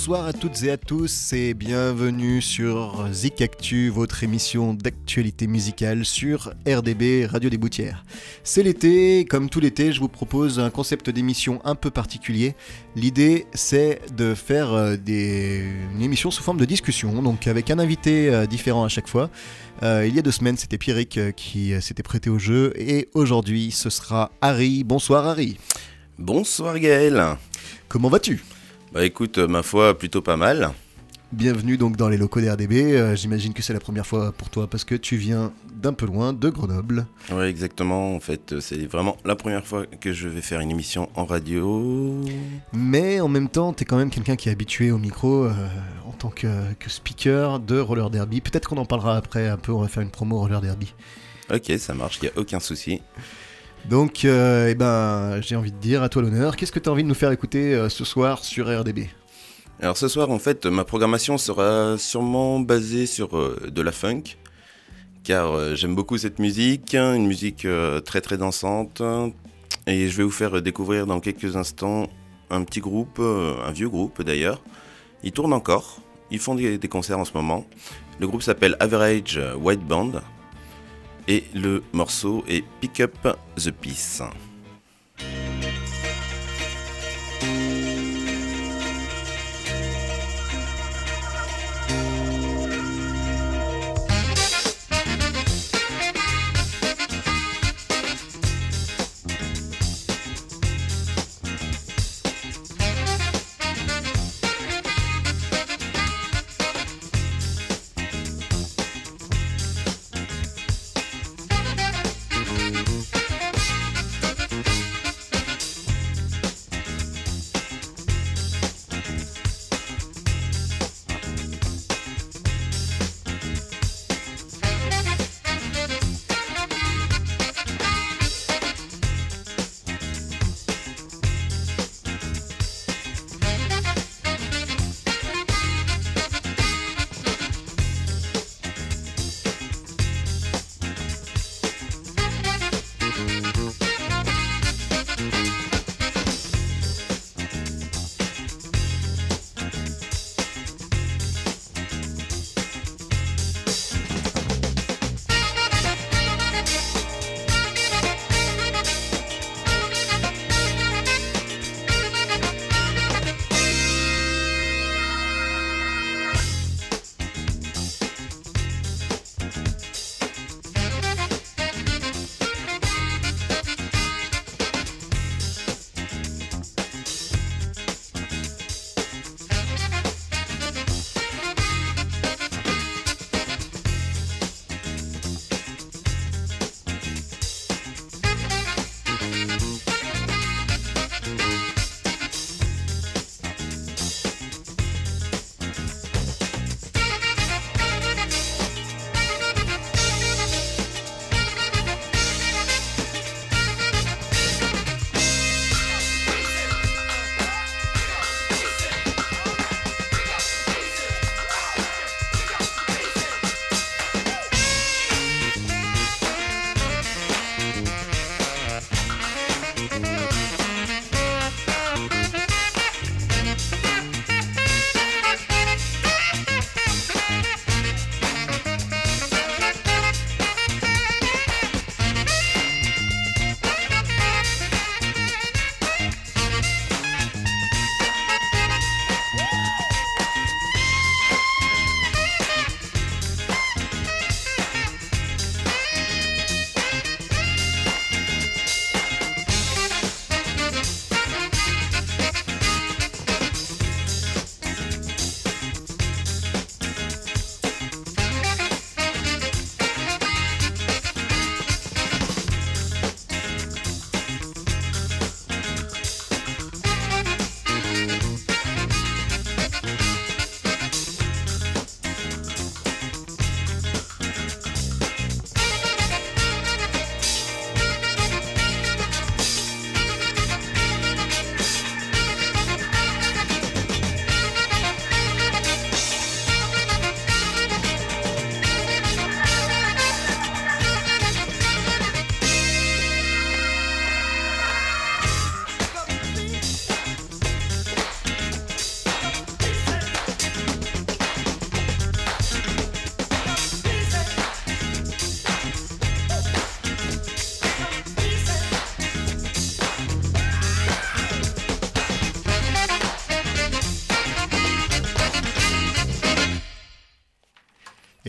Bonsoir à toutes et à tous et bienvenue sur Zik Actu, votre émission d'actualité musicale sur RDB, Radio des Boutières. C'est l'été, comme tout l'été, je vous propose un concept d'émission un peu particulier. L'idée, c'est de faire une émission sous forme de discussion, donc avec un invité différent à chaque fois. Il y a 2 semaines, c'était Pierrick qui s'était prêté au jeu et aujourd'hui, ce sera Harry. Bonsoir Harry. Bonsoir Gaël. Comment vas-tu ? Bah écoute, ma foi, plutôt pas mal. Bienvenue donc dans les locaux d'RDB, j'imagine que c'est la première fois pour toi parce que tu viens d'un peu loin, de Grenoble. Ouais, exactement, en fait, c'est vraiment la première fois que je vais faire une émission en radio. Mais en même temps, t'es quand même quelqu'un qui est habitué au micro en tant que speaker de roller derby. Peut-être qu'on en parlera après un peu, on va faire une promo roller derby. Ok, ça marche, il n'y a aucun souci. Donc, j'ai envie de dire à toi l'honneur, qu'est-ce que tu as envie de nous faire écouter ce soir sur RDB ? Alors ce soir, en fait, ma programmation sera sûrement basée sur de la funk, car j'aime beaucoup cette musique, une musique très très dansante, et je vais vous faire découvrir dans quelques instants un petit groupe, un vieux groupe d'ailleurs. Ils tournent encore, ils font des concerts en ce moment. Le groupe s'appelle Average White Band. Et le morceau est Pick Up the Peace.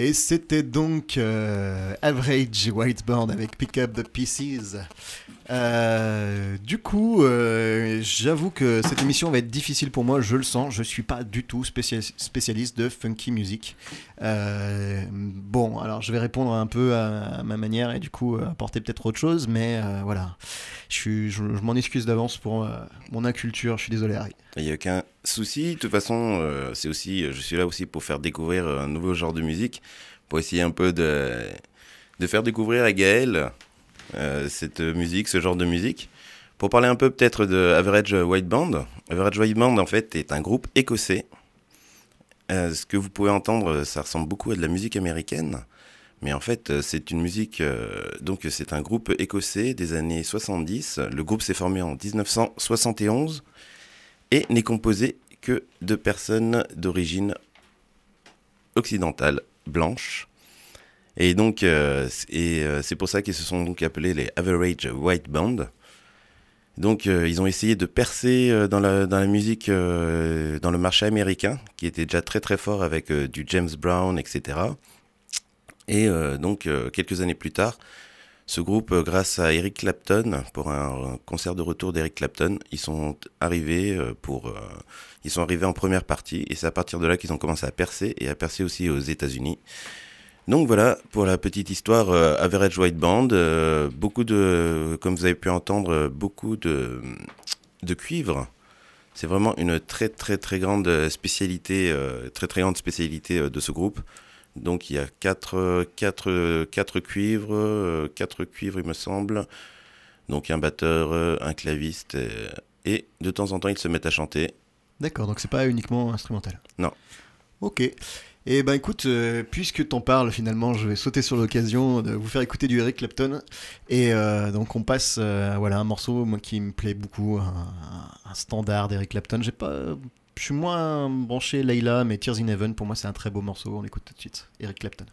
Et c'était donc Average White Band avec Pick Up the Pieces. Du coup, j'avoue que cette émission va être difficile pour moi, je le sens. Je suis pas du tout spécialiste de funky music. Bon, alors je vais répondre un peu à ma manière et du coup apporter peut-être autre chose, mais voilà. Je m'en excuse d'avance pour mon inculture, je suis désolé Harry. Il n'y a aucun souci. De toute façon, je suis là aussi pour faire découvrir un nouveau genre de musique, pour essayer un peu de faire découvrir à Gaël cette musique, ce genre de musique. Pour parler un peu peut-être de Average White Band. Average White Band, en fait, est un groupe écossais. Ce que vous pouvez entendre, ça ressemble beaucoup à de la musique américaine. Mais en fait, c'est une musique... donc, c'est un groupe écossais des années 70. Le groupe s'est formé en 1971 et n'est composé que de personnes d'origine occidentale, blanche. Et donc, c'est pour ça qu'ils se sont donc appelés les Average White Band. Donc, ils ont essayé de percer dans la musique, dans le marché américain, qui était déjà très très fort avec du James Brown, etc. Et donc, quelques années plus tard, ce groupe, grâce à Eric Clapton, pour un concert de retour d'Eric Clapton, ils sont arrivés en première partie, et c'est à partir de là qu'ils ont commencé à percer, et à percer aussi aux États-Unis. Donc voilà, pour la petite histoire, Average White Band, comme vous avez pu entendre, beaucoup de cuivre. C'est vraiment une très très très grande spécialité, de ce groupe. Donc il y a 4 cuivres, 4 cuivres il me semble. Donc un batteur, un claviste, et de temps en temps ils se mettent à chanter. D'accord, donc c'est pas uniquement instrumental. Non. Ok. Et ben écoute, puisque t'en parles finalement, je vais sauter sur l'occasion de vous faire écouter du Eric Clapton. Et donc on passe un morceau moi, qui me plaît beaucoup, un standard d'Eric Clapton. Je suis moins branché Layla, mais Tears in Heaven pour moi c'est un très beau morceau. On écoute tout de suite Eric Clapton.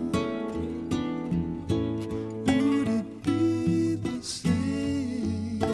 Would it be the same?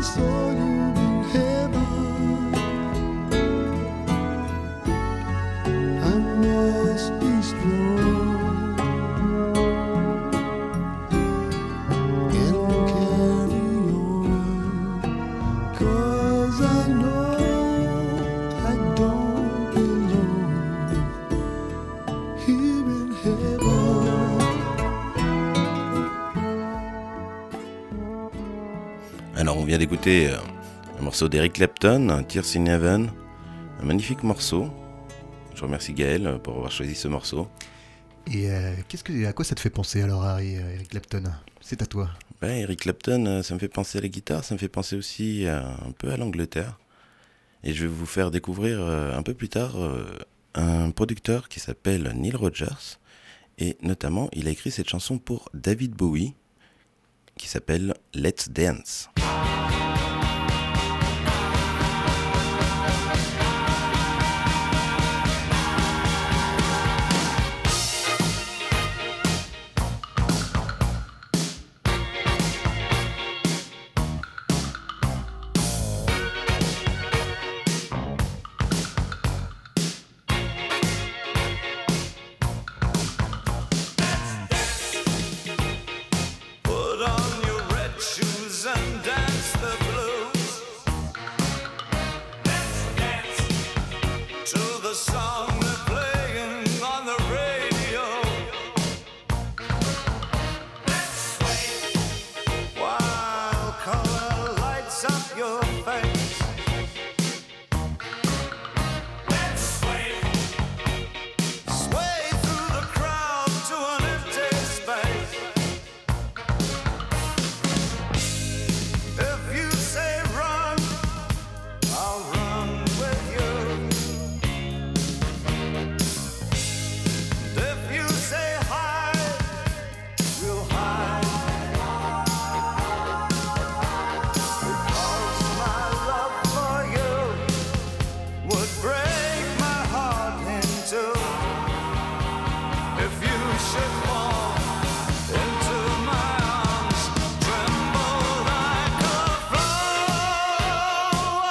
saw you in heaven. I must be strong and carry on, 'cause I know I don't belong here in heaven. Alors on vient d'écouter un morceau d'Eric Clapton, Tears in Heaven, un magnifique morceau. Je remercie Gaël pour avoir choisi ce morceau. Et à quoi ça te fait penser alors, Harry, Eric Clapton? C'est à toi. Eric Clapton, ça me fait penser à la guitare, ça me fait penser aussi un peu à l'Angleterre. Et je vais vous faire découvrir un peu plus tard un producteur qui s'appelle Neil Rogers. Et notamment, il a écrit cette chanson pour David Bowie qui s'appelle Let's Dance. Put on your red shoes and dance the blues. Let's dance to the song they're playing on the radio. Let's sway while color lights up your face. Let's sway, sway through the crowd to an empty space. If you say run, I'll run with you. If you say hide, we'll hide. Because my love for you would break my heart in two. If you should fall into my arms, tremble like a flower.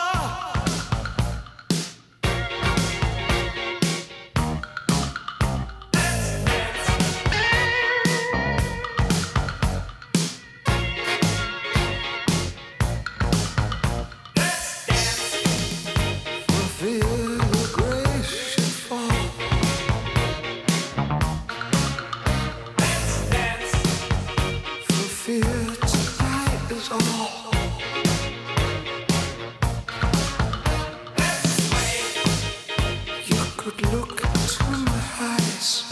For fear the grace should fall. For fear tonight is all. You could look into my eyes.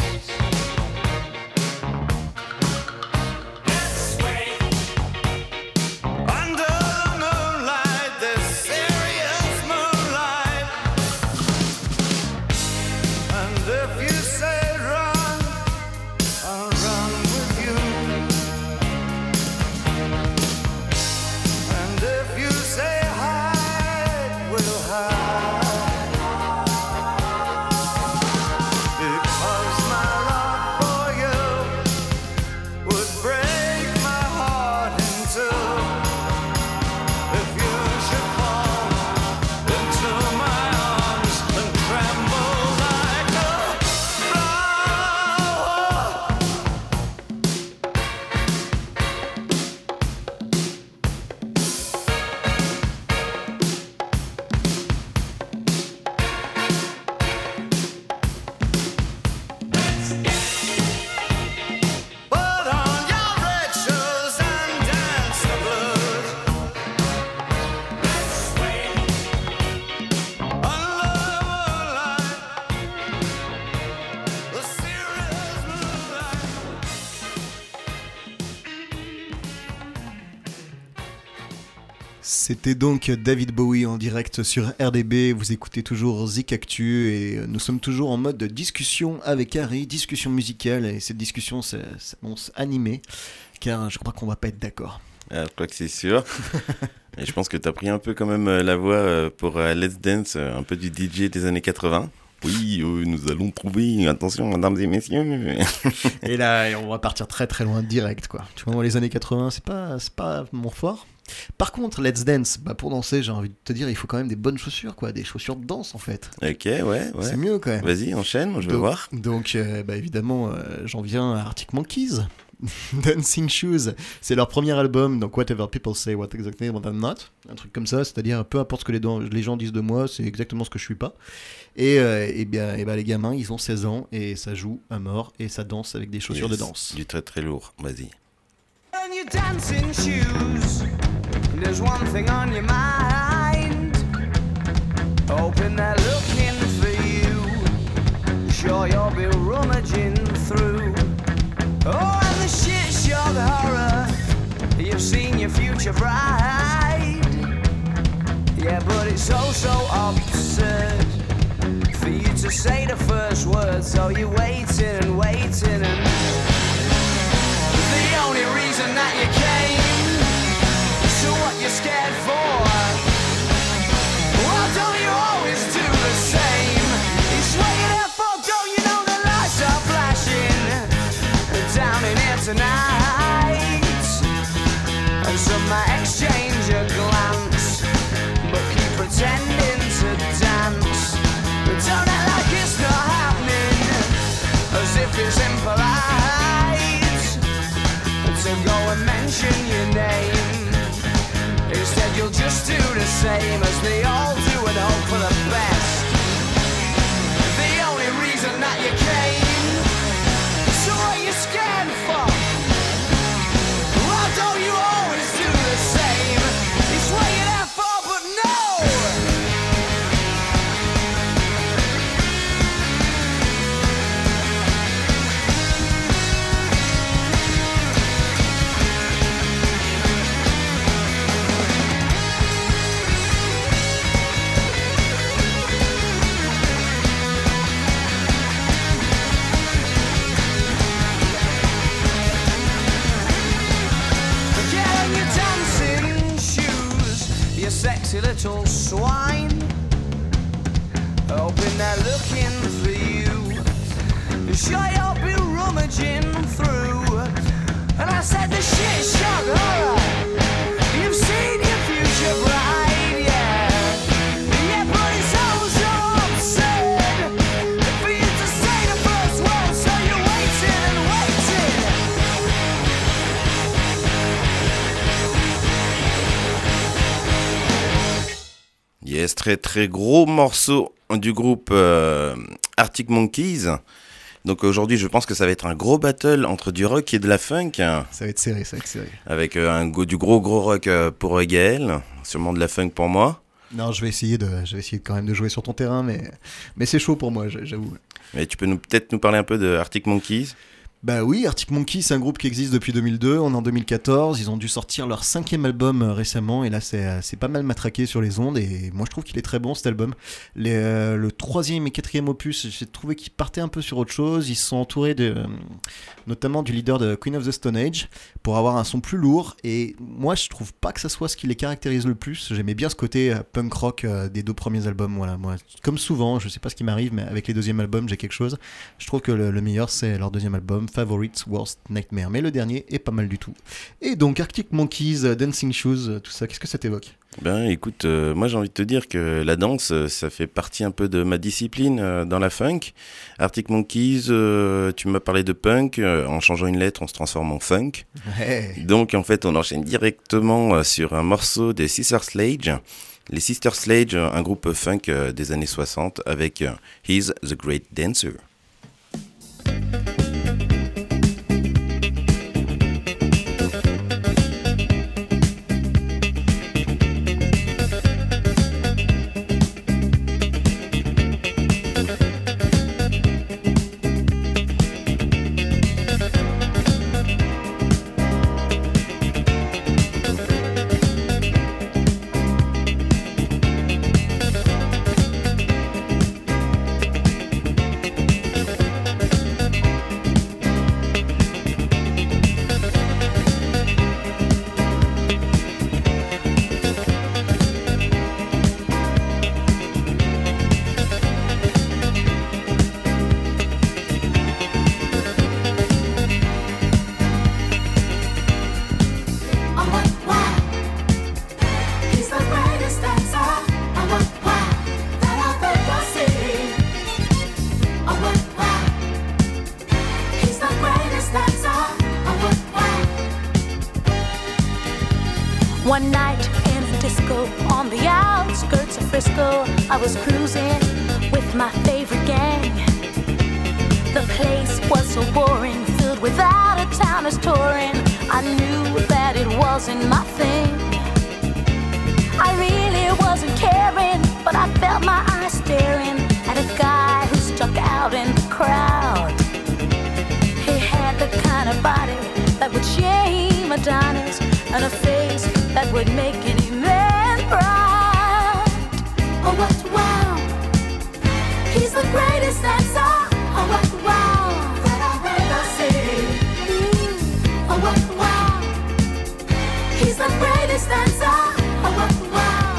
Under the moonlight, this serious moonlight. And if you say run, I'll run with you. And if you say hide, we'll hide. Because my love for you would break my heart in two. If you should fall into my arms and tremble like a flower. Put on your red shoes and dance the blues. Let's sway under the moonlight, the serious moonlight. C'était donc David Bowie en direct sur RDB. Vous écoutez toujours Zik Actu et nous sommes toujours en mode discussion avec Harry, discussion musicale, et cette discussion s'annonce animée car je crois qu'on va pas être d'accord. Je crois que c'est sûr. Et je pense que tu as pris un peu quand même la voix pour Let's Dance, un peu du DJ des années 80. Oui, nous allons trouver, attention mesdames et messieurs. Et là, on va partir très très loin direct quoi. Tu vois, moi, les années 80, c'est pas mon fort. Par contre, Let's Dance, bah pour danser, j'ai envie de te dire, il faut quand même des bonnes chaussures, quoi, des chaussures de danse en fait. Ok, ouais. C'est mieux quand même. Vas-y, enchaîne, je veux voir. Donc, bah évidemment, j'en viens à Arctic Monkeys. Dancing Shoes, c'est leur premier album, donc Whatever People Say, What Exactly What I'm Not, un truc comme ça, c'est-à-dire peu importe ce que les gens disent de moi, c'est exactement ce que je suis pas. Et bien les gamins, ils ont 16 ans et ça joue à mort et ça danse avec des chaussures de danse. Du très très lourd, vas-y. When you dance in shoes, there's one thing on your mind. Hoping they're looking for you. Sure you'll be rummaging through. Oh, and the shit show, the horror. You've seen your future bride. Yeah, but it's so absurd for you to say the first word. So you're waiting and waiting and the only reason that you came. So what you're scared for? Well, don't you always do the same? It's what you're there for, don't you know the lights are flashing down in here tonight? And some might exchange a glance, but keep pretending to dance. But don't act like it's not happening, as if it's impolite to go and mention your name. Instead you'll just do the same as they all do and hope for the best. The only reason that you came, so what you scared for? Well, don't you always do the same? It's what you're there for, but no! Sexy little swine, hoping they're looking for you. Sure you'll be rummaging through. And I said the shit shock horror. You've seen your future bride, yeah. Yeah, but it's so absurd for you to say the first word, so you're waiting and waiting. Yes, très très gros morceau du groupe Arctic Monkeys. Donc aujourd'hui, je pense que ça va être un gros battle entre du rock et de la funk. Ça va être serré. Avec du gros rock pour Gaël, sûrement de la funk pour moi. Non, je vais essayer quand même de jouer sur ton terrain, mais c'est chaud pour moi, j'avoue. Mais tu peux peut-être nous parler un peu de Arctic Monkeys ? Bah oui, Arctic Monkeys, c'est un groupe qui existe depuis 2002, on est en 2014, ils ont dû sortir leur 5e album récemment, et là c'est pas mal matraqué sur les ondes, et moi je trouve qu'il est très bon cet album. Le 3e et 4e opus, j'ai trouvé qu'ils partaient un peu sur autre chose, ils se sont entourés notamment du leader de Queen of the Stone Age, pour avoir un son plus lourd, et moi je trouve pas que ça soit ce qui les caractérise le plus, j'aimais bien ce côté punk rock des 2 premiers albums, voilà, moi, comme souvent, je sais pas ce qui m'arrive, mais avec les 2e albums j'ai quelque chose, je trouve que le meilleur c'est leur 2e album, Favorites, Worst, Nightmare, mais le dernier est pas mal du tout. Et donc Arctic Monkeys, Dancing Shoes, tout ça, qu'est-ce que ça t'évoque ? Ben écoute, moi j'ai envie de te dire que la danse, ça fait partie un peu de ma discipline dans la funk. Arctic Monkeys, tu m'as parlé de punk, en changeant une lettre on se transforme en funk. Ouais. Donc en fait on enchaîne directement sur un morceau des Sister Sledge. Les Sister Sledge, un groupe funk des années 60 avec He's the Great Dancer. One night in a disco on the outskirts of Frisco, I was cruising with my favorite gang. The place was so boring, filled with out-of-towners touring. I knew that it wasn't my thing. I really wasn't caring, but I felt my eyes staring at a guy who stuck out in the crowd. He had the kind of body that would shame Adonis, and a face that would make any man proud. Oh, what wow! He's the greatest dancer. Oh, what wow! That I've ever seen. Oh, what wow! He's the greatest dancer. Oh, what wow!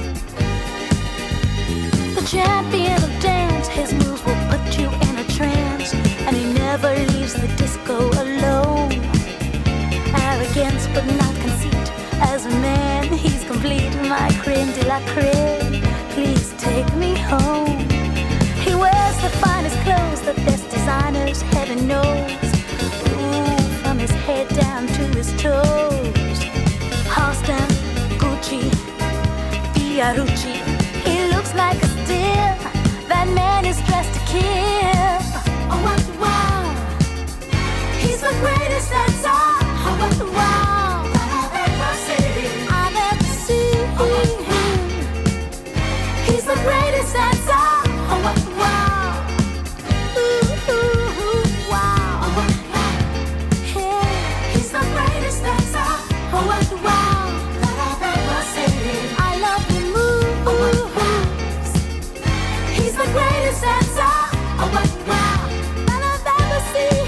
The champion of dance, his moves will put you in a trance, and he never leaves the disco alone. Arrogance but not conceit, as a man he's complete. My creme de la creme, please take me home. He wears the finest clothes, the best designers heaven knows. Ooh, from his head down to his toes. Halston, Gucci, Fiorucci, he looks like a steal. That man is dressed to kill. Oh, what wow! He's the greatest dancer. Oh, what wow! That I've ever seen. I've ever seen. Oh, what wow! He's the greatest dancer. Oh, what wow! Ooh, ooh, ooh, wow! Oh, what wow! Yeah. He's the greatest dancer. Oh, what wow! That I've ever seen. I love the moves. Oh, what wow! He's the greatest dancer. Oh, what wow! That I've ever seen.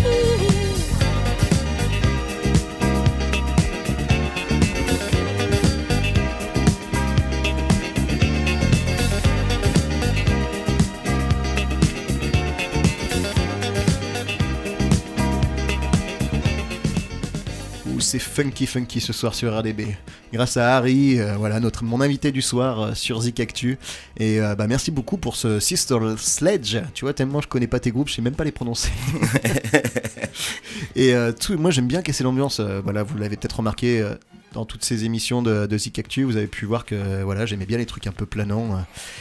C'est funky ce soir sur RDB. Grâce à Harry, voilà mon invité du soir sur Zik Actu. Et merci beaucoup pour ce Sister Sledge. Tu vois, tellement je connais pas tes groupes, je sais même pas les prononcer. Et moi j'aime bien casser l'ambiance. Voilà, vous l'avez peut-être remarqué dans toutes ces émissions de Zik Actu, vous avez pu voir que voilà, j'aimais bien les trucs un peu planants.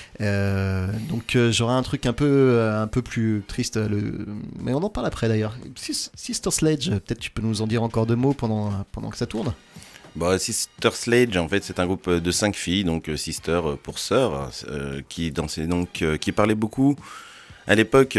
Donc j'aurai un truc un peu plus triste, mais on en parle après d'ailleurs. Sister Sledge, peut-être tu peux nous en dire encore 2 mots pendant que ça tourne. Bah, Sister Sledge, en fait, c'est un groupe de 5 filles, donc Sister pour sœur, qui dansait donc, qui parlait beaucoup. À l'époque,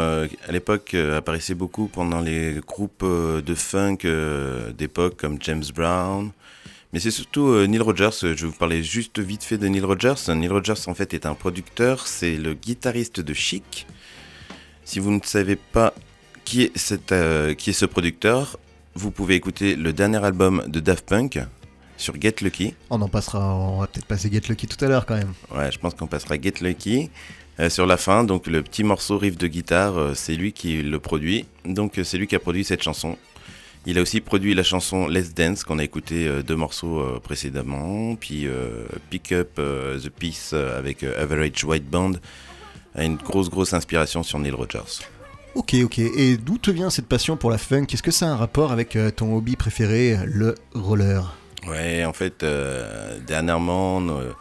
apparaissait beaucoup pendant les groupes de funk d'époque comme James Brown. Mais c'est surtout Neil Rogers. Je vais vous parler juste vite fait de Neil Rogers. Neil Rogers, en fait, est un producteur. C'est le guitariste de Chic. Si vous ne savez pas qui est ce producteur, vous pouvez écouter le dernier album de Daft Punk sur Get Lucky. On va peut-être passer Get Lucky tout à l'heure quand même. Ouais, je pense qu'on passera Get Lucky sur la fin. Donc le petit morceau riff de guitare, c'est lui qui le produit. Donc c'est lui qui a produit cette chanson. Il a aussi produit la chanson Let's Dance qu'on a écouté 2 morceaux précédemment. Puis Pick Up the Peace avec Average White Band a une grosse inspiration sur Neil Rogers. Ok. Et d'où te vient cette passion pour la funk ? Est-ce que ça a un rapport avec ton hobby préféré, le roller ? Ouais, en fait, dernièrement,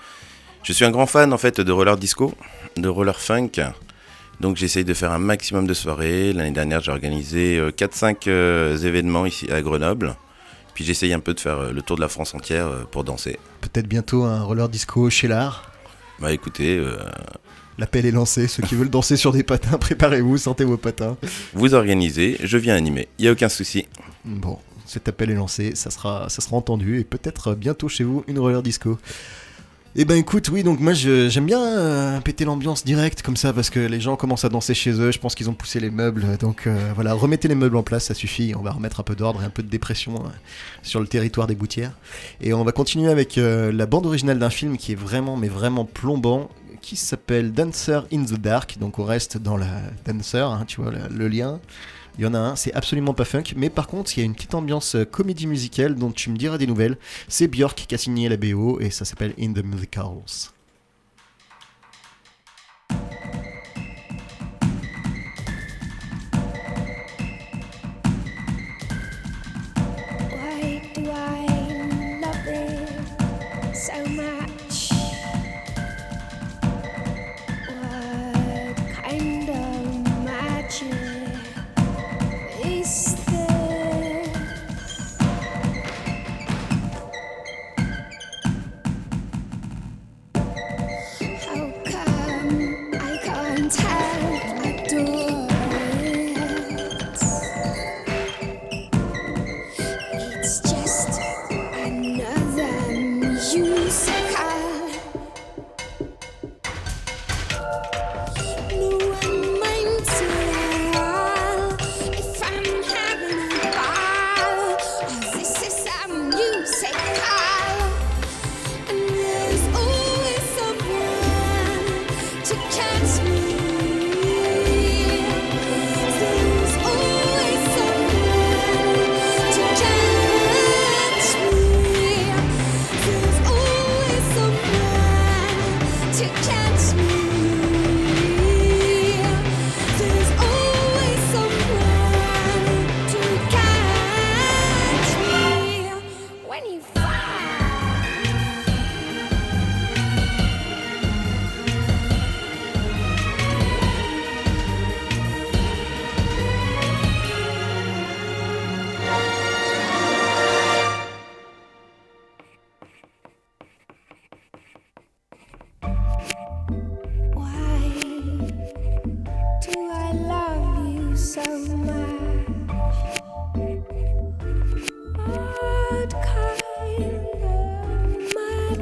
je suis un grand fan en fait de roller disco, de roller funk. Donc j'essaye de faire un maximum de soirées. L'année dernière, j'ai organisé 4-5 événements ici à Grenoble. Puis j'essaye un peu de faire le tour de la France entière pour danser. Peut-être bientôt un roller disco chez l'art ? Bah écoutez... L'appel est lancé, ceux qui veulent danser sur des patins, préparez-vous, sortez vos patins. Vous organisez, je viens animer, il n'y a aucun souci. Bon, cet appel est lancé, ça sera entendu, et peut-être bientôt chez vous une roller disco. Eh ben écoute, oui, donc moi j'aime bien péter l'ambiance directe comme ça, parce que les gens commencent à danser chez eux, je pense qu'ils ont poussé les meubles, donc voilà, remettez les meubles en place, ça suffit, on va remettre un peu d'ordre et un peu de dépression sur le territoire des Boutières. Et on va continuer avec la bande originale d'un film qui est vraiment plombant, qui s'appelle Dancer in the Dark, donc on reste dans la Dancer, hein, tu vois le lien. Il y en a un, c'est absolument pas funk, mais par contre il y a une petite ambiance comédie musicale dont tu me diras des nouvelles. C'est Björk qui a signé la BO et ça s'appelle In the Musicals. Why do I love this?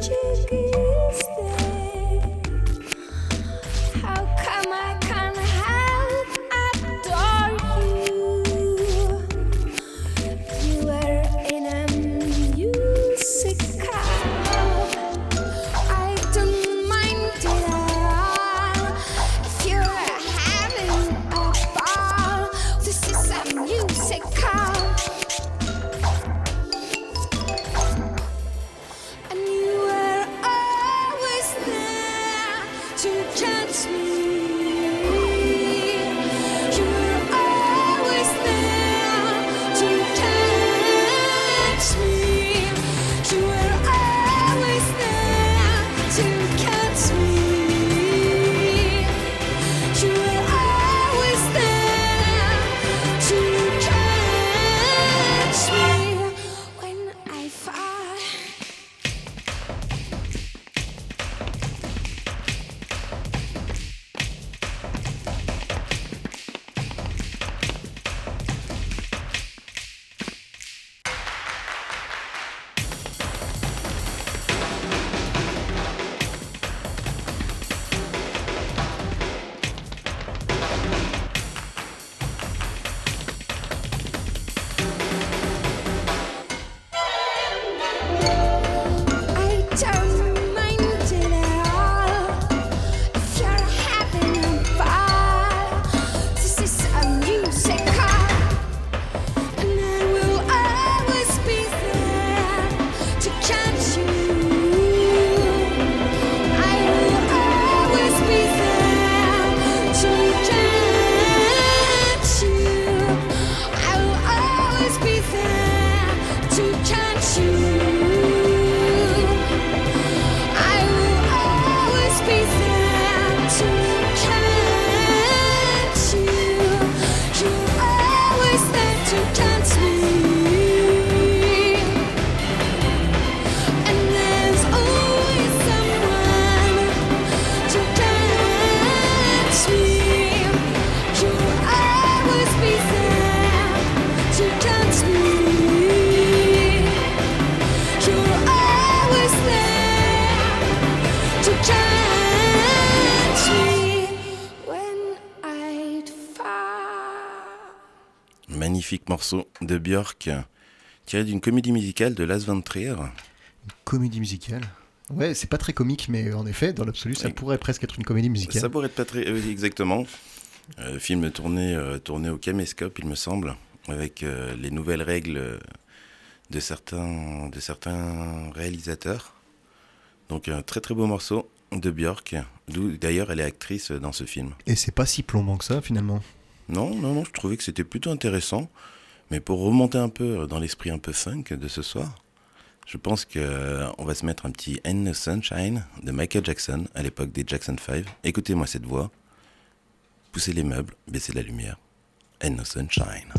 magic is there? How come I can't help adore you? You were in a musical. I don't mind it all. If you're having a ball, this is a musical. And you were always there to catch me. You were always there to catch me. You were always there to catch me. You were always there to catch me when I fall. I don't mind it all. If you're having a ball, this is a musical, and I will always be there to catch you. I will always be there to catch you. I will always be there to catch you. I will always be there to catch you. You're always there to catch me. And there's always someone to catch me. You'll always be there to catch me. You're always there to catch me when I'd fall. Magnifique morceau de Björk, tiré d'une comédie musicale de Lars von Trier. Comédie musicale. Ouais, c'est pas très comique, mais en effet, dans l'absolu, ça Oui. pourrait presque être une comédie musicale. Ça pourrait être pas très... oui, exactement. Film tourné au caméscope, il me semble, avec les nouvelles règles de certains réalisateurs. Donc un très très beau morceau de Björk, d'où d'ailleurs elle est actrice dans ce film. Et c'est pas si plombant que ça, finalement. Non, je trouvais que c'était plutôt intéressant. Mais pour remonter un peu dans l'esprit un peu funk de ce soir, je pense qu'on va se mettre un petit Ain't No Sunshine de Michael Jackson, à l'époque des Jackson 5. Écoutez-moi cette voix. Poussez les meubles, baissez la lumière. Ain't No Sunshine.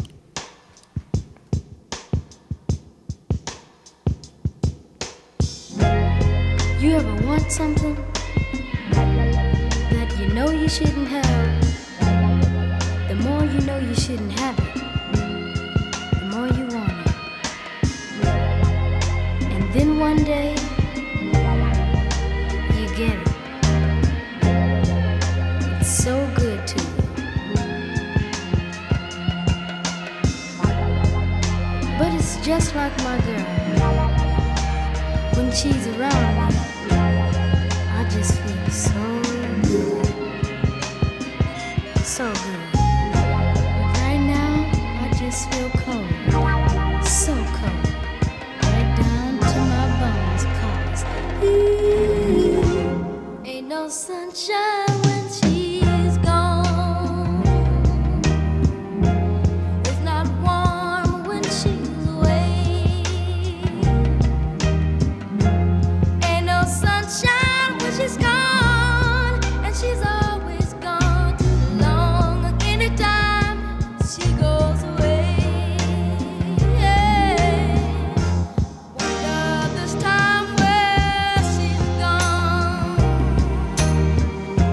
You ever want something that you know you shouldn't have? The more you know you shouldn't have it, the more you want it. And then one day, you get it. It's so good to you. But it's just like my girl. When she's around me, I just feel so good. So good. But right now, I just feel cold. So cold. Right down to my bones. 'Cause ain't no sunshine when she's gone. It's not warm when she's away. Ain't no sunshine when she's gone, and she's always gone too long. Anytime she goes away, wonder this time where she's gone.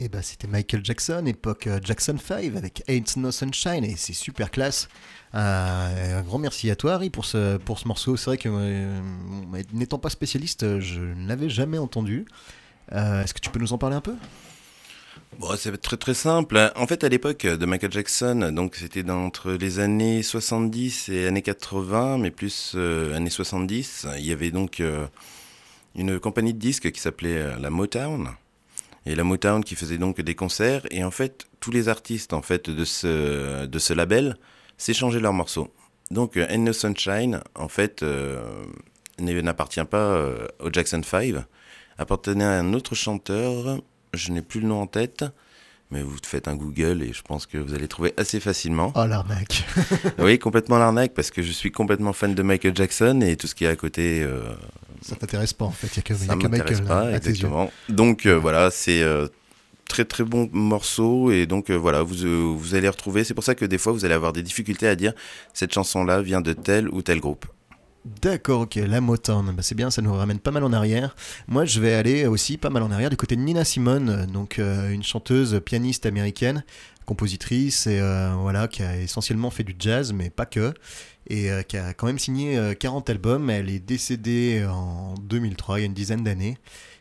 Et bah c'était Michael Jackson, époque Jackson 5 avec Ain't No Sunshine, et c'est super classe. Un grand merci à toi Harry pour ce morceau. C'est vrai que n'étant pas spécialiste, je ne l'avais jamais entendu. Est-ce que tu peux nous en parler un peu? Bon, c'est très très simple. En fait, à l'époque de Michael Jackson, donc c'était entre les années 70 et années 80, mais plus années 70, il y avait donc une compagnie de disques qui s'appelait la Motown. Et la Motown qui faisait donc des concerts. Et en fait, tous les artistes en fait, de ce label s'échangeaient leurs morceaux. Donc, Ain't No Sunshine, en fait, n'appartient pas au Jackson 5, appartenait à un autre chanteur. Je n'ai plus le nom en tête, mais vous faites un Google et je pense que vous allez trouver assez facilement. Oh l'arnaque. Oui, complètement l'arnaque, parce que je suis complètement fan de Michael Jackson et tout ce qui est à côté... Ça t'intéresse pas en fait, il n'y ça a que m'intéresse Michael pas, à tes yeux. exactement. Donc voilà, c'est très très bon morceau et donc voilà, vous allez retrouver. C'est pour ça que des fois vous allez avoir des difficultés à dire cette chanson-là vient de tel ou tel groupe. D'accord, ok, la Motown, bah, c'est bien, ça nous ramène pas mal en arrière. Moi, je vais aller aussi pas mal en arrière du côté de Nina Simone, donc une chanteuse pianiste américaine, compositrice, et voilà, qui a essentiellement fait du jazz, mais pas que, et qui a quand même signé 40 albums. Elle est décédée en 2003, il y a une dizaine d'années,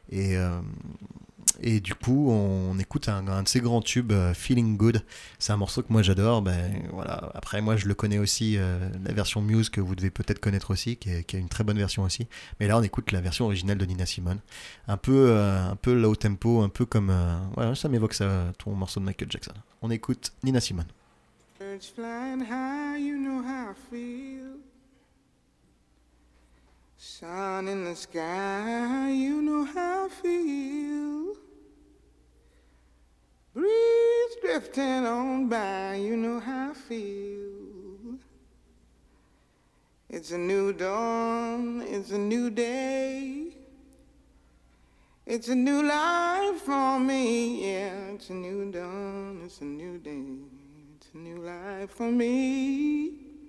et du coup, on écoute un de ses grands tubes, Feeling Good. C'est un morceau que moi j'adore. Ben, voilà. Après, moi je le connais aussi, la version Muse que vous devez peut-être connaître aussi, qui a une très bonne version aussi. Mais là, on écoute la version originale de Nina Simone. Un peu low tempo, un peu comme. Ouais, ça m'évoque ça, ton morceau de Michael Jackson. On écoute Nina Simone. Birds flying high, you know how I feel. Sun in the sky, you know how I feel. Breeze drifting on by, you know how I feel. It's a new dawn, it's a new day. It's a new life for me, yeah. It's a new dawn, it's a new day. It's a new life for me.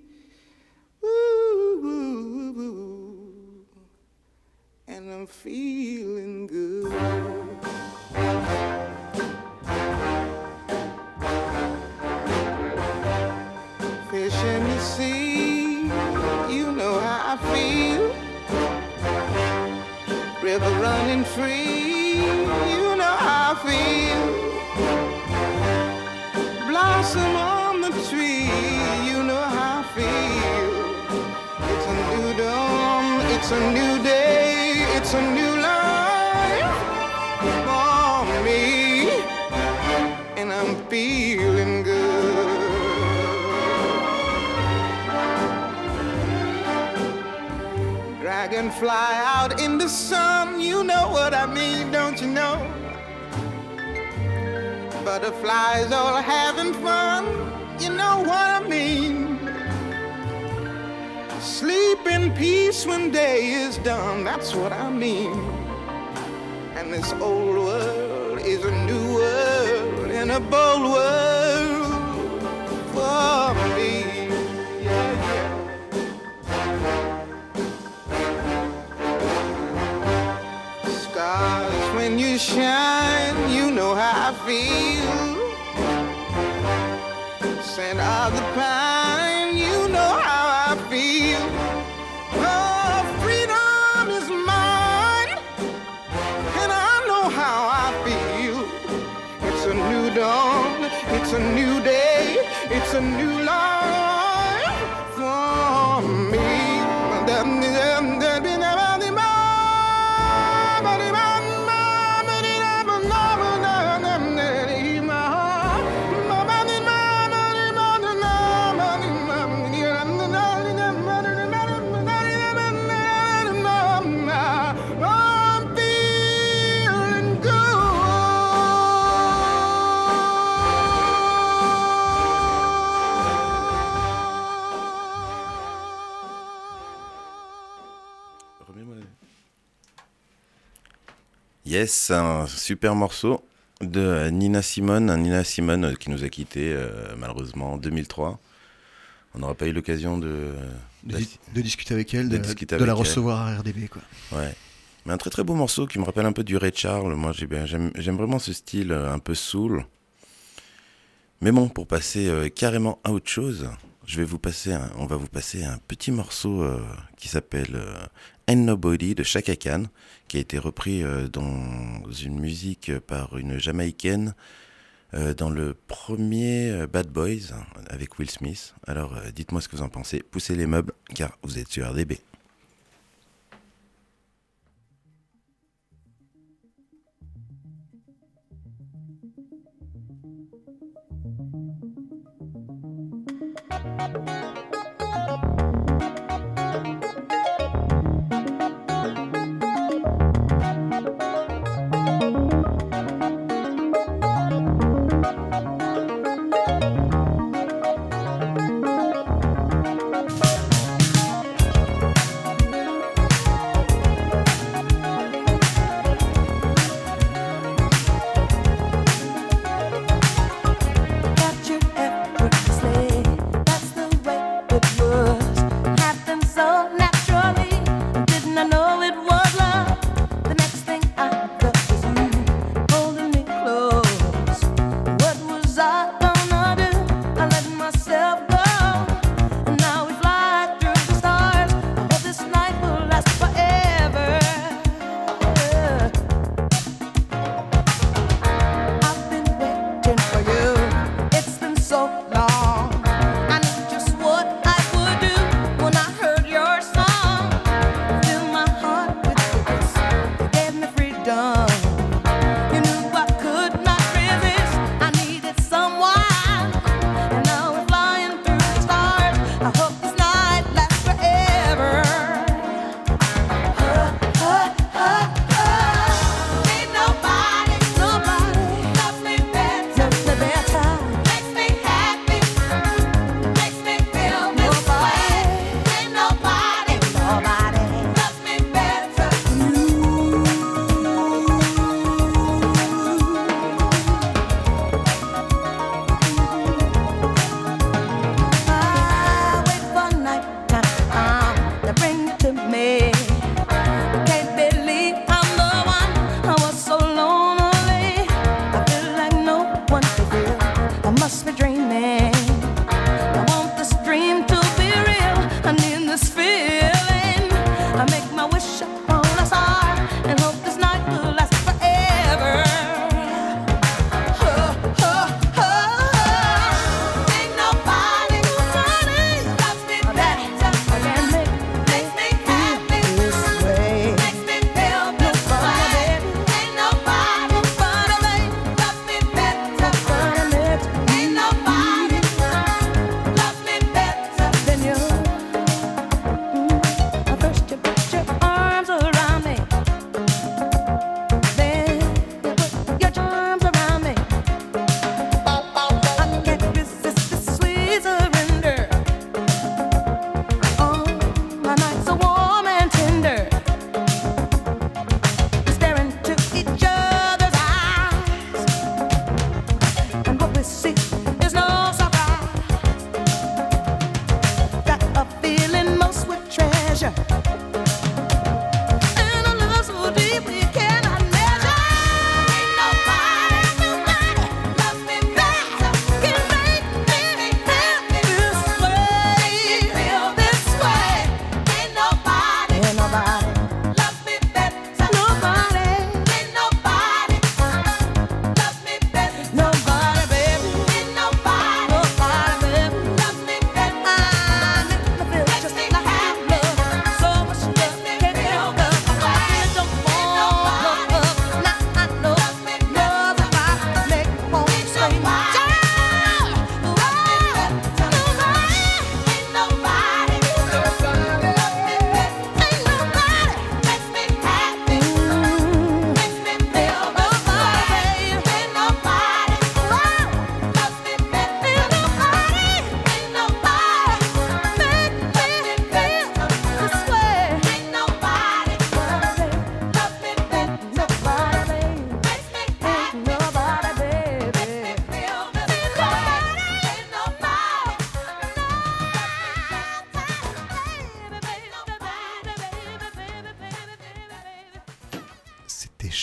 Woo, woo, woo. And I'm feeling good. Fish in the sea, you know how I feel. River running free, you know how I feel. Blossom on the tree, you know how I feel. It's a new dawn, it's a new day, it's a new life for me, and I'm feeling good. Dragonfly out in the sun, you know what I mean, don't you know? Butterflies all having fun, you know what I mean. Sleep in peace when day is done, that's what I mean. And this old world is a new world and a bold world for me. Yeah, yeah. Stars, when you shine, you know how I feel. Scent of the pine, you know how I feel. Oh, freedom is mine, and I know how I feel. It's a new dawn, it's a new day, it's a new life for me. I'm feeling Remets-moi la- Yes, un super morceau de Nina Simone. Nina Simone qui nous a quittés malheureusement en 2003. On n'aura pas eu l'occasion De discuter avec elle, de de discuter la avec elle. recevoir à RDB, quoi. Ouais. Mais un très très beau morceau qui me rappelle un peu du Ray Charles. Moi j'aime vraiment ce style un peu soul. Mais bon, pour passer carrément à autre chose, on va vous passer un petit morceau qui s'appelle Ain't Nobody de Chaka Khan, qui a été repris dans une musique par une Jamaïcaine dans le premier Bad Boys avec Will Smith. Alors dites-moi ce que vous en pensez, poussez les meubles car vous êtes sur RDB. Got you effortlessly. That's the way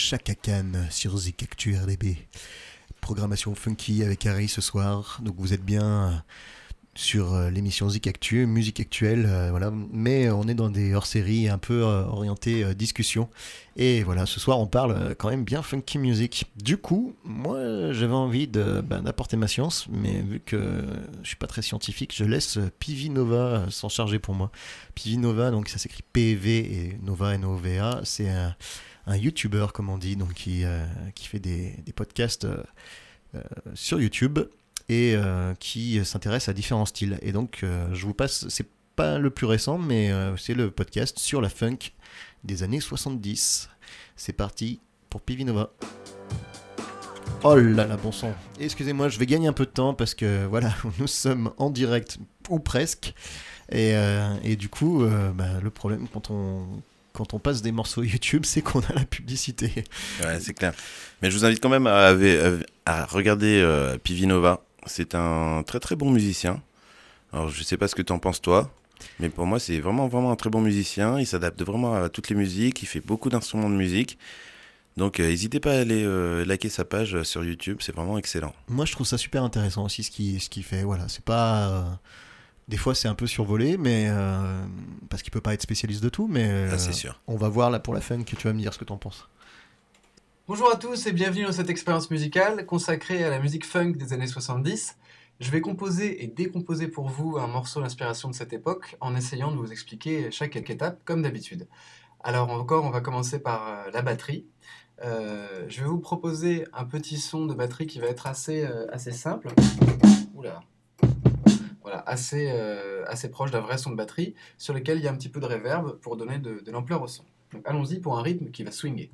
Chaka Khan sur Zik Actu RDB. Programmation funky avec Harry ce soir. Donc vous êtes bien sur l'émission Zik Actu, musique actuelle, voilà. Mais on est dans des hors-séries un peu orientés discussion. Et voilà, ce soir on parle quand même bien funky music. Du coup, moi j'avais envie d'apporter ma science, mais vu que je suis pas très scientifique, je laisse Pivi Nova s'en charger pour moi. Pivi Nova, donc ça s'écrit PV et Nova N-O-V-A, c'est un YouTuber comme on dit, donc qui fait des podcasts sur YouTube et qui s'intéresse à différents styles. Et donc je vous passe, c'est pas le plus récent, mais c'est le podcast sur la funk des années 70. C'est parti pour Pivi Nova. Oh là là, bon sang. Excusez-moi, je vais gagner un peu de temps parce que voilà, nous sommes en direct ou presque. Et du coup, le problème quand on passe des morceaux YouTube, c'est qu'on a la publicité. Ouais, c'est clair. Mais je vous invite quand même à regarder Pivi Nova. C'est un très très bon musicien. Alors je sais pas ce que t'en penses toi, mais pour moi c'est vraiment vraiment un très bon musicien. Il s'adapte vraiment à toutes les musiques, il fait beaucoup d'instruments de musique. Donc n'hésitez pas à aller liker sa page sur YouTube, c'est vraiment excellent. Moi je trouve ça super intéressant aussi ce qu'il fait. Voilà, c'est pas... Des fois c'est un peu survolé, mais parce qu'il peut pas être spécialiste de tout, mais Ça c'est sûr. on va voir là pour la funk que tu vas me dire ce que t'en penses. Bonjour à tous et bienvenue dans cette expérience musicale consacrée à la musique funk des années 70. Je vais composer et décomposer pour vous un morceau d'inspiration de cette époque en essayant de vous expliquer chaque étape comme d'habitude. Alors on va commencer par la batterie. Je vais vous proposer un petit son de batterie qui va être assez simple. Oula. Voilà, assez proche d'un vrai son de batterie sur lequel il y a un petit peu de reverb pour donner de l'ampleur au son. Donc allons-y pour un rythme qui va swinger.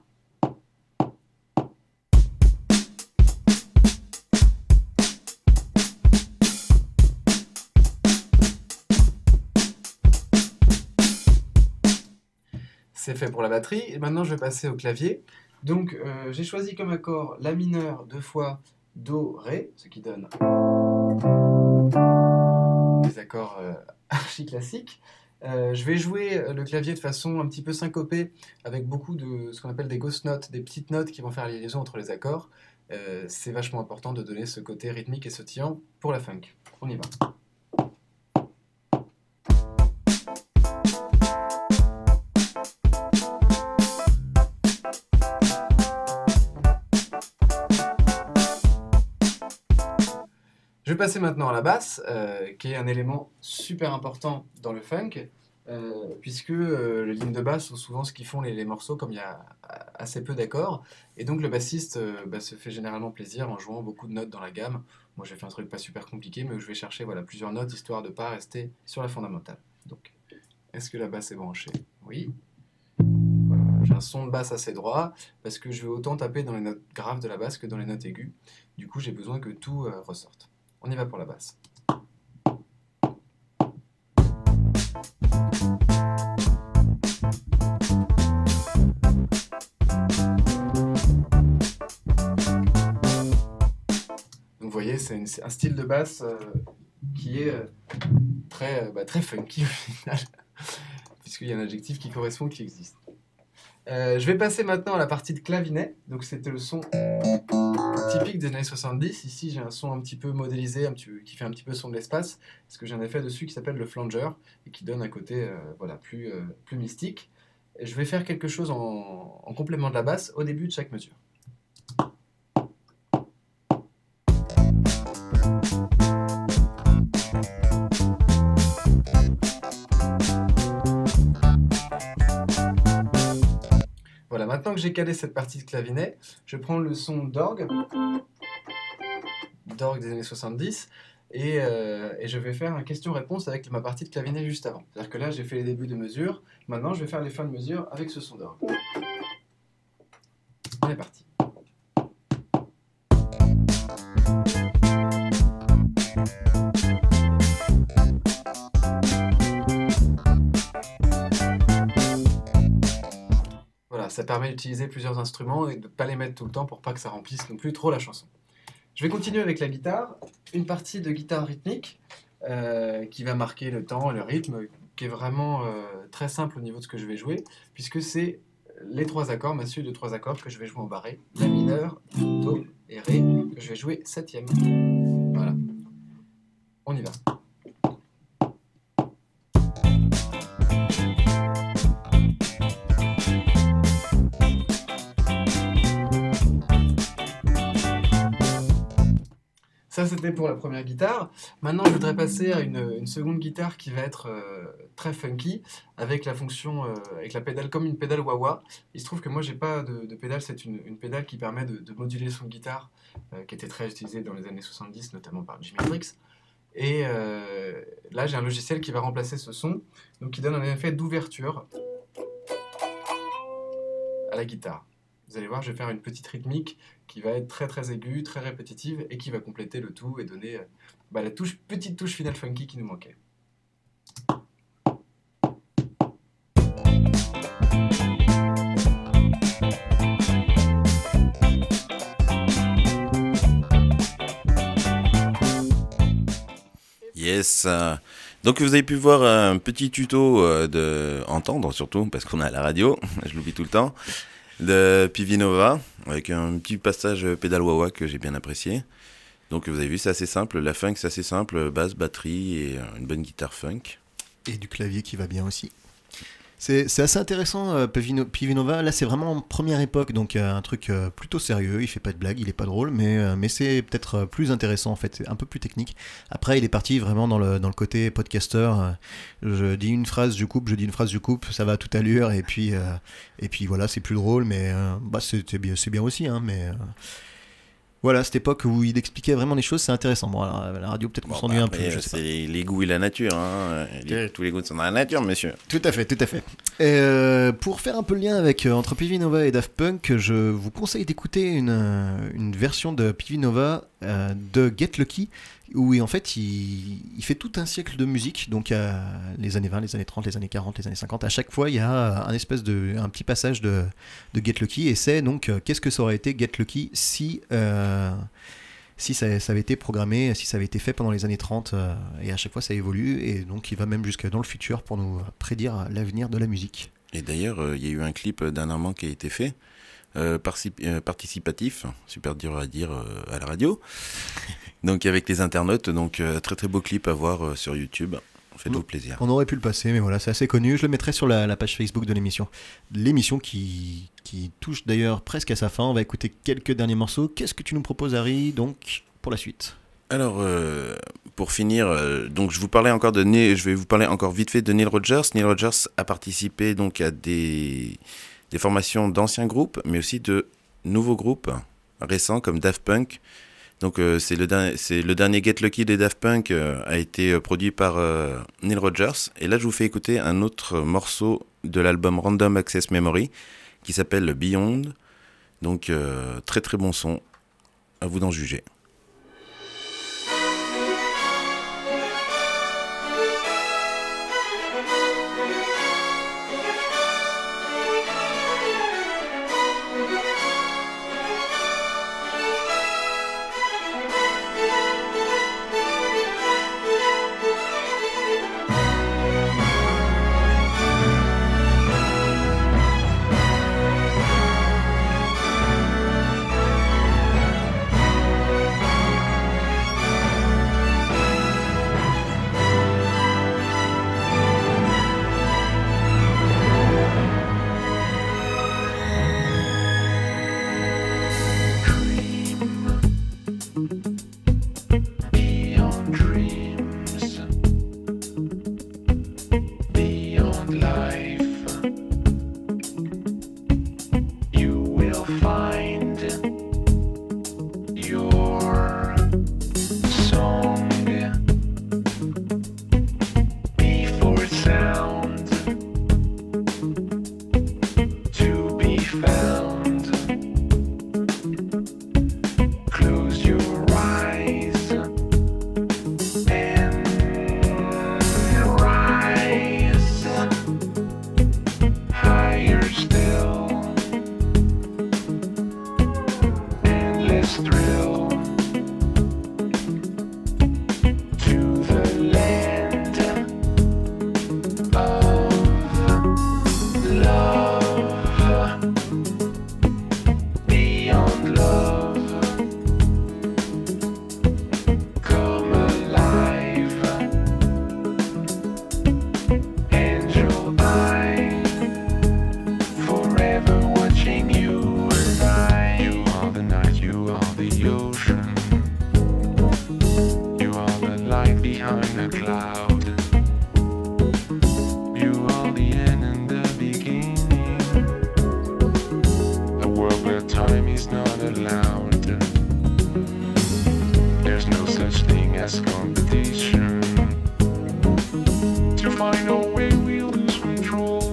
C'est fait pour la batterie. Et maintenant, je vais passer au clavier. Donc, j'ai choisi comme accord la mineur 2 fois Do, Ré, ce qui donne des accords archi classiques. Je vais jouer le clavier de façon un petit peu syncopée, avec beaucoup de ce qu'on appelle des ghost notes, des petites notes qui vont faire la liaison entre les accords. C'est vachement important de donner ce côté rythmique et sautillant pour la funk. On y va. Je vais passer maintenant à la basse, qui est un élément super important dans le funk, puisque les lignes de basse sont souvent ce qui font les morceaux, comme il y a assez peu d'accords. Et donc le bassiste se fait généralement plaisir en jouant beaucoup de notes dans la gamme. Moi j'ai fait un truc pas super compliqué, mais où je vais chercher plusieurs notes, histoire de ne pas rester sur la fondamentale. Donc, est-ce que la basse est branchée? Oui. Voilà. J'ai un son de basse assez droit, parce que je vais autant taper dans les notes graves de la basse que dans les notes aiguës. Du coup j'ai besoin que tout ressorte. On y va pour la basse. Donc vous voyez, c'est un style de basse qui est très funky au final, puisqu'il y a un adjectif qui correspond, qui existe. Je vais passer maintenant à la partie de clavinet. Donc c'était le son typique des années 70. Ici j'ai un son un petit peu modélisé, qui fait un petit peu son de l'espace, parce que j'ai un effet dessus qui s'appelle le flanger et qui donne un côté plus mystique. Et je vais faire quelque chose en complément de la basse au début de chaque mesure. Voilà, maintenant que j'ai calé cette partie de clavinet, je prends le son d'orgue des années 70, et je vais faire un question-réponse avec ma partie de clavinet juste avant. C'est-à-dire que là, j'ai fait les débuts de mesure, maintenant je vais faire les fins de mesure avec ce son d'orgue. On est parti. Voilà, ça permet d'utiliser plusieurs instruments et de ne pas les mettre tout le temps pour pas que ça remplisse non plus trop la chanson. Je vais continuer avec la guitare, une partie de guitare rythmique qui va marquer le temps et le rythme, qui est vraiment très simple au niveau de ce que je vais jouer, puisque c'est les 3 accords, ma suite de 3 accords que je vais jouer en barré. La mineur, Do et Ré, que je vais jouer 7e. Voilà. On y va. Ça, c'était pour la première guitare. Maintenant, je voudrais passer à une seconde guitare qui va être très funky, avec la fonction, avec la pédale comme une pédale wah-wah. Il se trouve que moi, j'ai pas de pédale. C'est une pédale qui permet de moduler son guitare, qui était très utilisée dans les années 70, notamment par Jimi Hendrix. Et là, j'ai un logiciel qui va remplacer ce son, donc qui donne un effet d'ouverture à la guitare. Vous allez voir, je vais faire une petite rythmique qui va être très très aiguë, très répétitive et qui va compléter le tout et donner la petite touche finale funky qui nous manquait. Yes. Donc vous avez pu voir un petit tuto entendre surtout, parce qu'on est à la radio, je l'oublie tout le temps, de Pivinova, avec un petit passage pédale wah-wah que j'ai bien apprécié. Donc vous avez vu, c'est assez simple, la funk c'est assez simple, basse, batterie et une bonne guitare funk. Et du clavier qui va bien aussi. C'est assez intéressant, Pivinova. Là, c'est vraiment première époque, donc un truc plutôt sérieux. Il fait pas de blagues, il est pas drôle, mais c'est peut-être plus intéressant en fait, c'est un peu plus technique. Après, il est parti vraiment dans le côté podcaster. Je dis une phrase, je coupe, ça va à toute allure, et puis voilà, c'est plus drôle, mais c'est bien aussi, hein, mais. Voilà, cette époque où il expliquait vraiment les choses, c'est intéressant. Bon, alors, la radio, peut-être qu'on s'ennuie un peu. Je sais c'est les goûts et la nature. Hein. Tous les goûts sont dans la nature, monsieur. Tout à fait. Et pour faire un peu le lien avec entre Pivinova et Daft Punk, je vous conseille d'écouter une version de Pivinova de Get Lucky, où en fait il fait tout un siècle de musique, donc les années 20, les années 30, les années 40, les années 50. À chaque fois, il y a un petit passage de Get Lucky, et c'est donc qu'est-ce que ça aurait été Get Lucky si ça avait été programmé, si ça avait été fait pendant les années 30, et à chaque fois ça évolue, et donc il va même jusque dans le futur pour nous prédire l'avenir de la musique. Et d'ailleurs, il y a eu un clip dernièrement qui a été fait, participatif, super dur à dire à la radio, donc avec les internautes, donc très très beau clip à voir sur YouTube. Faites-vous plaisir. On aurait pu le passer, mais voilà, c'est assez connu. Je le mettrai sur la page Facebook de l'émission. L'émission qui touche d'ailleurs presque à sa fin. On va écouter quelques derniers morceaux. Qu'est-ce que tu nous proposes, Harry, donc, pour la suite ? Alors, pour finir, donc je vais vous parler encore vite fait de Neil Rogers. Neil Rogers a participé donc à des formations d'anciens groupes, mais aussi de nouveaux groupes récents comme Daft Punk. Donc c'est le dernier Get Lucky des Daft Punk a été produit par Neil Rogers. Et là, je vous fais écouter un autre morceau de l'album Random Access Memory qui s'appelle Beyond. Donc très très bon son, à vous d'en juger. Love. last competition. To find a way we lose control.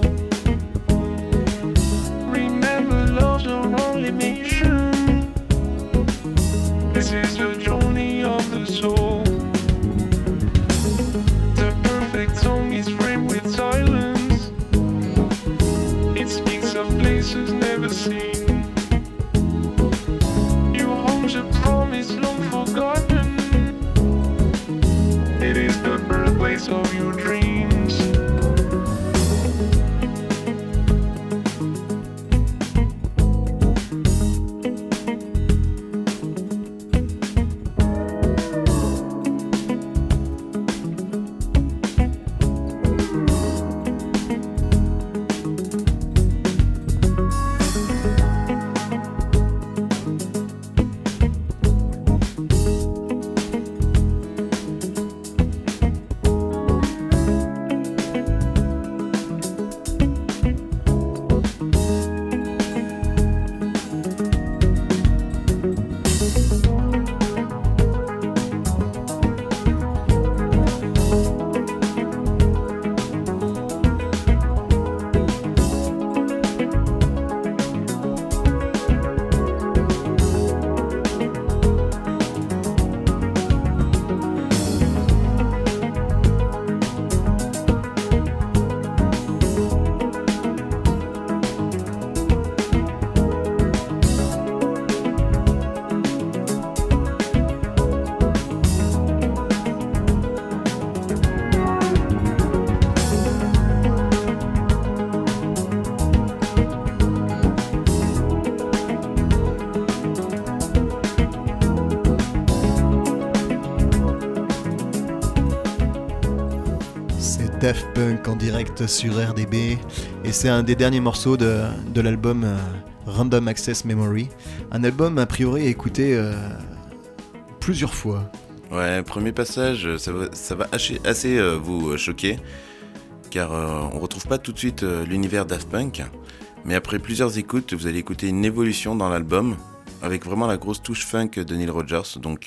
Remember, love's our only mission. This is the journey of the soul. The perfect song is framed with silence. It speaks of places never seen. Your home's a promise long forgotten. It is the birthplace of your dreams. Daft Punk en direct sur RDB et c'est un des derniers morceaux de l'album Random Access Memory, un album a priori à écouter plusieurs fois. Ouais, premier passage, ça va assez vous choquer, car on retrouve pas tout de suite l'univers Daft Punk, mais après plusieurs écoutes, vous allez écouter une évolution dans l'album, avec vraiment la grosse touche funk de Neil Rogers, donc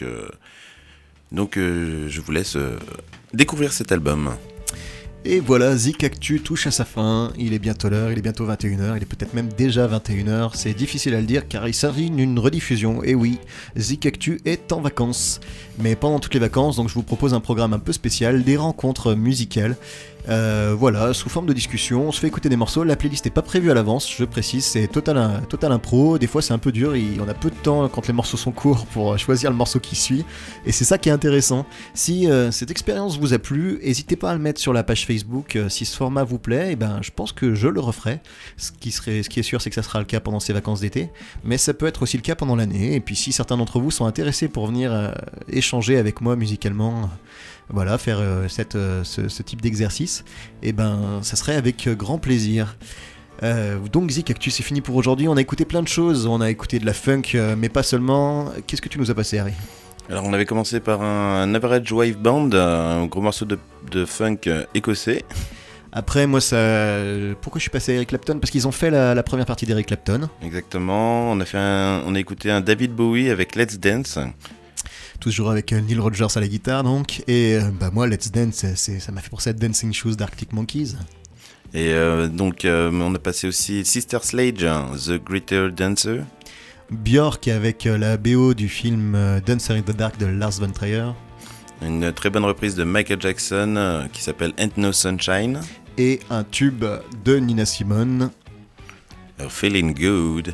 je vous laisse découvrir cet album. Et voilà, Zik Actu touche à sa fin, il est bientôt l'heure, il est bientôt 21h, il est peut-être même déjà 21h, c'est difficile à le dire car il s'agit d'une rediffusion, et oui, Zik Actu est en vacances. Mais pendant toutes les vacances, donc je vous propose un programme un peu spécial, des rencontres musicales, voilà, sous forme de discussion, on se fait écouter des morceaux, la playlist n'est pas prévue à l'avance, je précise, c'est total impro, des fois c'est un peu dur, on a peu de temps quand les morceaux sont courts pour choisir le morceau qui suit, et c'est ça qui est intéressant. Si cette expérience vous a plu, n'hésitez pas à le mettre sur la page Facebook, si ce format vous plaît, et ben, je pense que je le referai, ce qui est sûr c'est que ça sera le cas pendant ces vacances d'été, mais ça peut être aussi le cas pendant l'année, et puis si certains d'entre vous sont intéressés pour venir échanger avec moi musicalement, voilà, faire ce type d'exercice, et ben ça serait avec grand plaisir. Donc Zik Actu, c'est fini pour aujourd'hui, on a écouté plein de choses, on a écouté de la funk, mais pas seulement. Qu'est-ce que tu nous as passé, Harry ? Alors on avait commencé par un Average Wave Band, un gros morceau de funk écossais. Après, moi, pourquoi je suis passé à Eric Clapton ? Parce qu'ils ont fait la première partie d'Eric Clapton. Exactement, on a écouté un David Bowie avec Let's Dance. Toujours avec Neil Rogers à la guitare, donc. Et moi, Let's Dance, ça m'a fait penser à Dancing Shoes d'Arctic Monkeys. Et on a passé aussi Sister Sledge, The Greater Dancer. Björk avec la BO du film Dancer in the Dark de Lars von Trier. Une très bonne reprise de Michael Jackson qui s'appelle Ain't No Sunshine. Et un tube de Nina Simone. Feeling Good.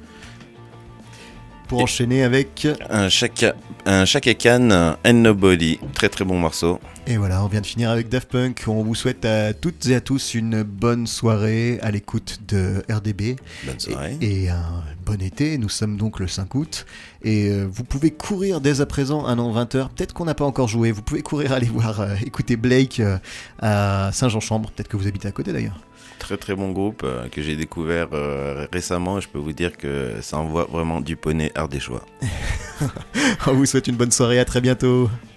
Pour enchaîner avec un Chaka Khan and Nobody, très très bon morceau. Et voilà, on vient de finir avec Daft Punk. On vous souhaite à toutes et à tous une bonne soirée à l'écoute de RDB. Bonne soirée. Et un bon été. Nous sommes donc le 5 août. Et vous pouvez courir dès à présent, 20h. Peut-être qu'on n'a pas encore joué. Vous pouvez courir aller voir, écouter Blake à Saint-Jean-Chambre. Peut-être que vous habitez à côté d'ailleurs. Très très bon groupe que j'ai découvert récemment. Je peux vous dire que ça envoie vraiment du poney ardéchois. On vous souhaite une bonne soirée. À très bientôt.